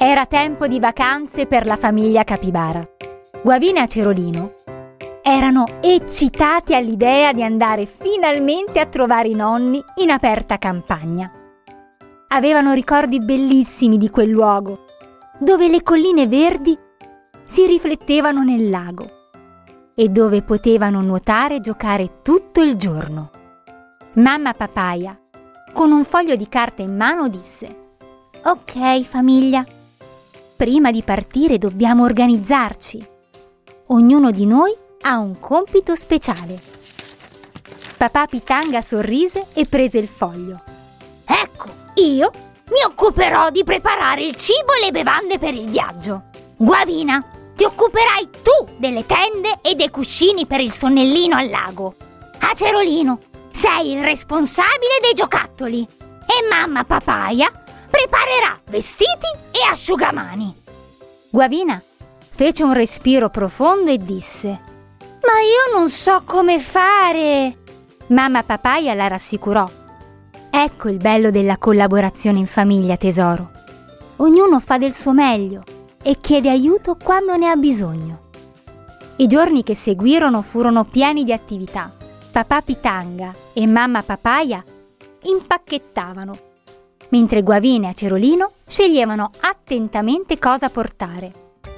Era tempo di vacanze per la famiglia capibara. Guavina e Acerolino erano eccitati all'idea di andare finalmente a trovare i nonni in aperta campagna. Avevano ricordi bellissimi di quel luogo, dove le colline verdi si riflettevano nel lago e dove potevano nuotare e giocare tutto il giorno. Mamma Papaya, con un foglio di carta in mano, disse: «Ok, famiglia, prima di partire dobbiamo organizzarci. Ognuno di noi ha un compito speciale». Papà Pitanga sorrise e prese il foglio. «Ecco, io mi occuperò di preparare il cibo e le bevande per il viaggio. Guavina, ti occuperai tu delle tende e dei cuscini per il sonnellino al lago. Acerolino, sei il responsabile dei giocattoli. E mamma Papaya preparerà vestiti e asciugamani». Guavina fece un respiro profondo e disse: «Ma io non so come fare». Mamma Papaya la rassicurò: «Ecco il bello della collaborazione in famiglia, tesoro. Ognuno fa del suo meglio e chiede aiuto quando ne ha bisogno». I giorni che seguirono furono pieni di attività. Papà Pitanga e mamma Papaya impacchettavano, mentre Guavina e Acerolino sceglievano attentamente cosa portare.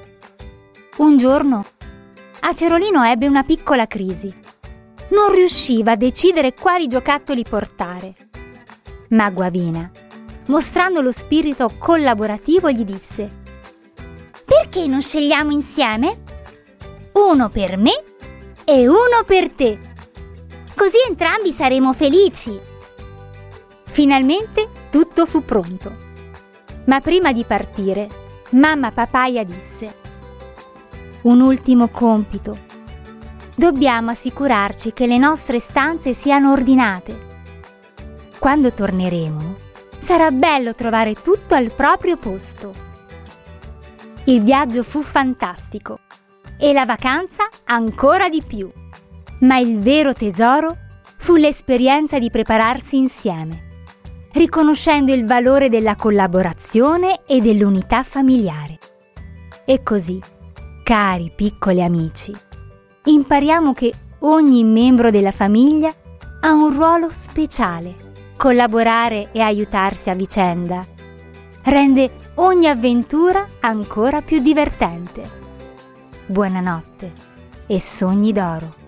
Un giorno Acerolino ebbe una piccola crisi. Non riusciva a decidere quali giocattoli portare. Ma Guavina, mostrando lo spirito collaborativo, gli disse: «Perché non scegliamo insieme? Uno per me e uno per te. Così entrambi saremo felici». Finalmente tutto fu pronto. Ma prima di partire, mamma Papaya disse: «Un ultimo compito. Dobbiamo assicurarci che le nostre stanze siano ordinate. Quando torneremo, sarà bello trovare tutto al proprio posto». Il viaggio fu fantastico e la vacanza ancora di più. Ma il vero tesoro fu l'esperienza di prepararsi insieme, riconoscendo il valore della collaborazione e dell'unità familiare. E così, cari piccoli amici, impariamo che ogni membro della famiglia ha un ruolo speciale. Collaborare e aiutarsi a vicenda rende ogni avventura ancora più divertente. Buonanotte e sogni d'oro.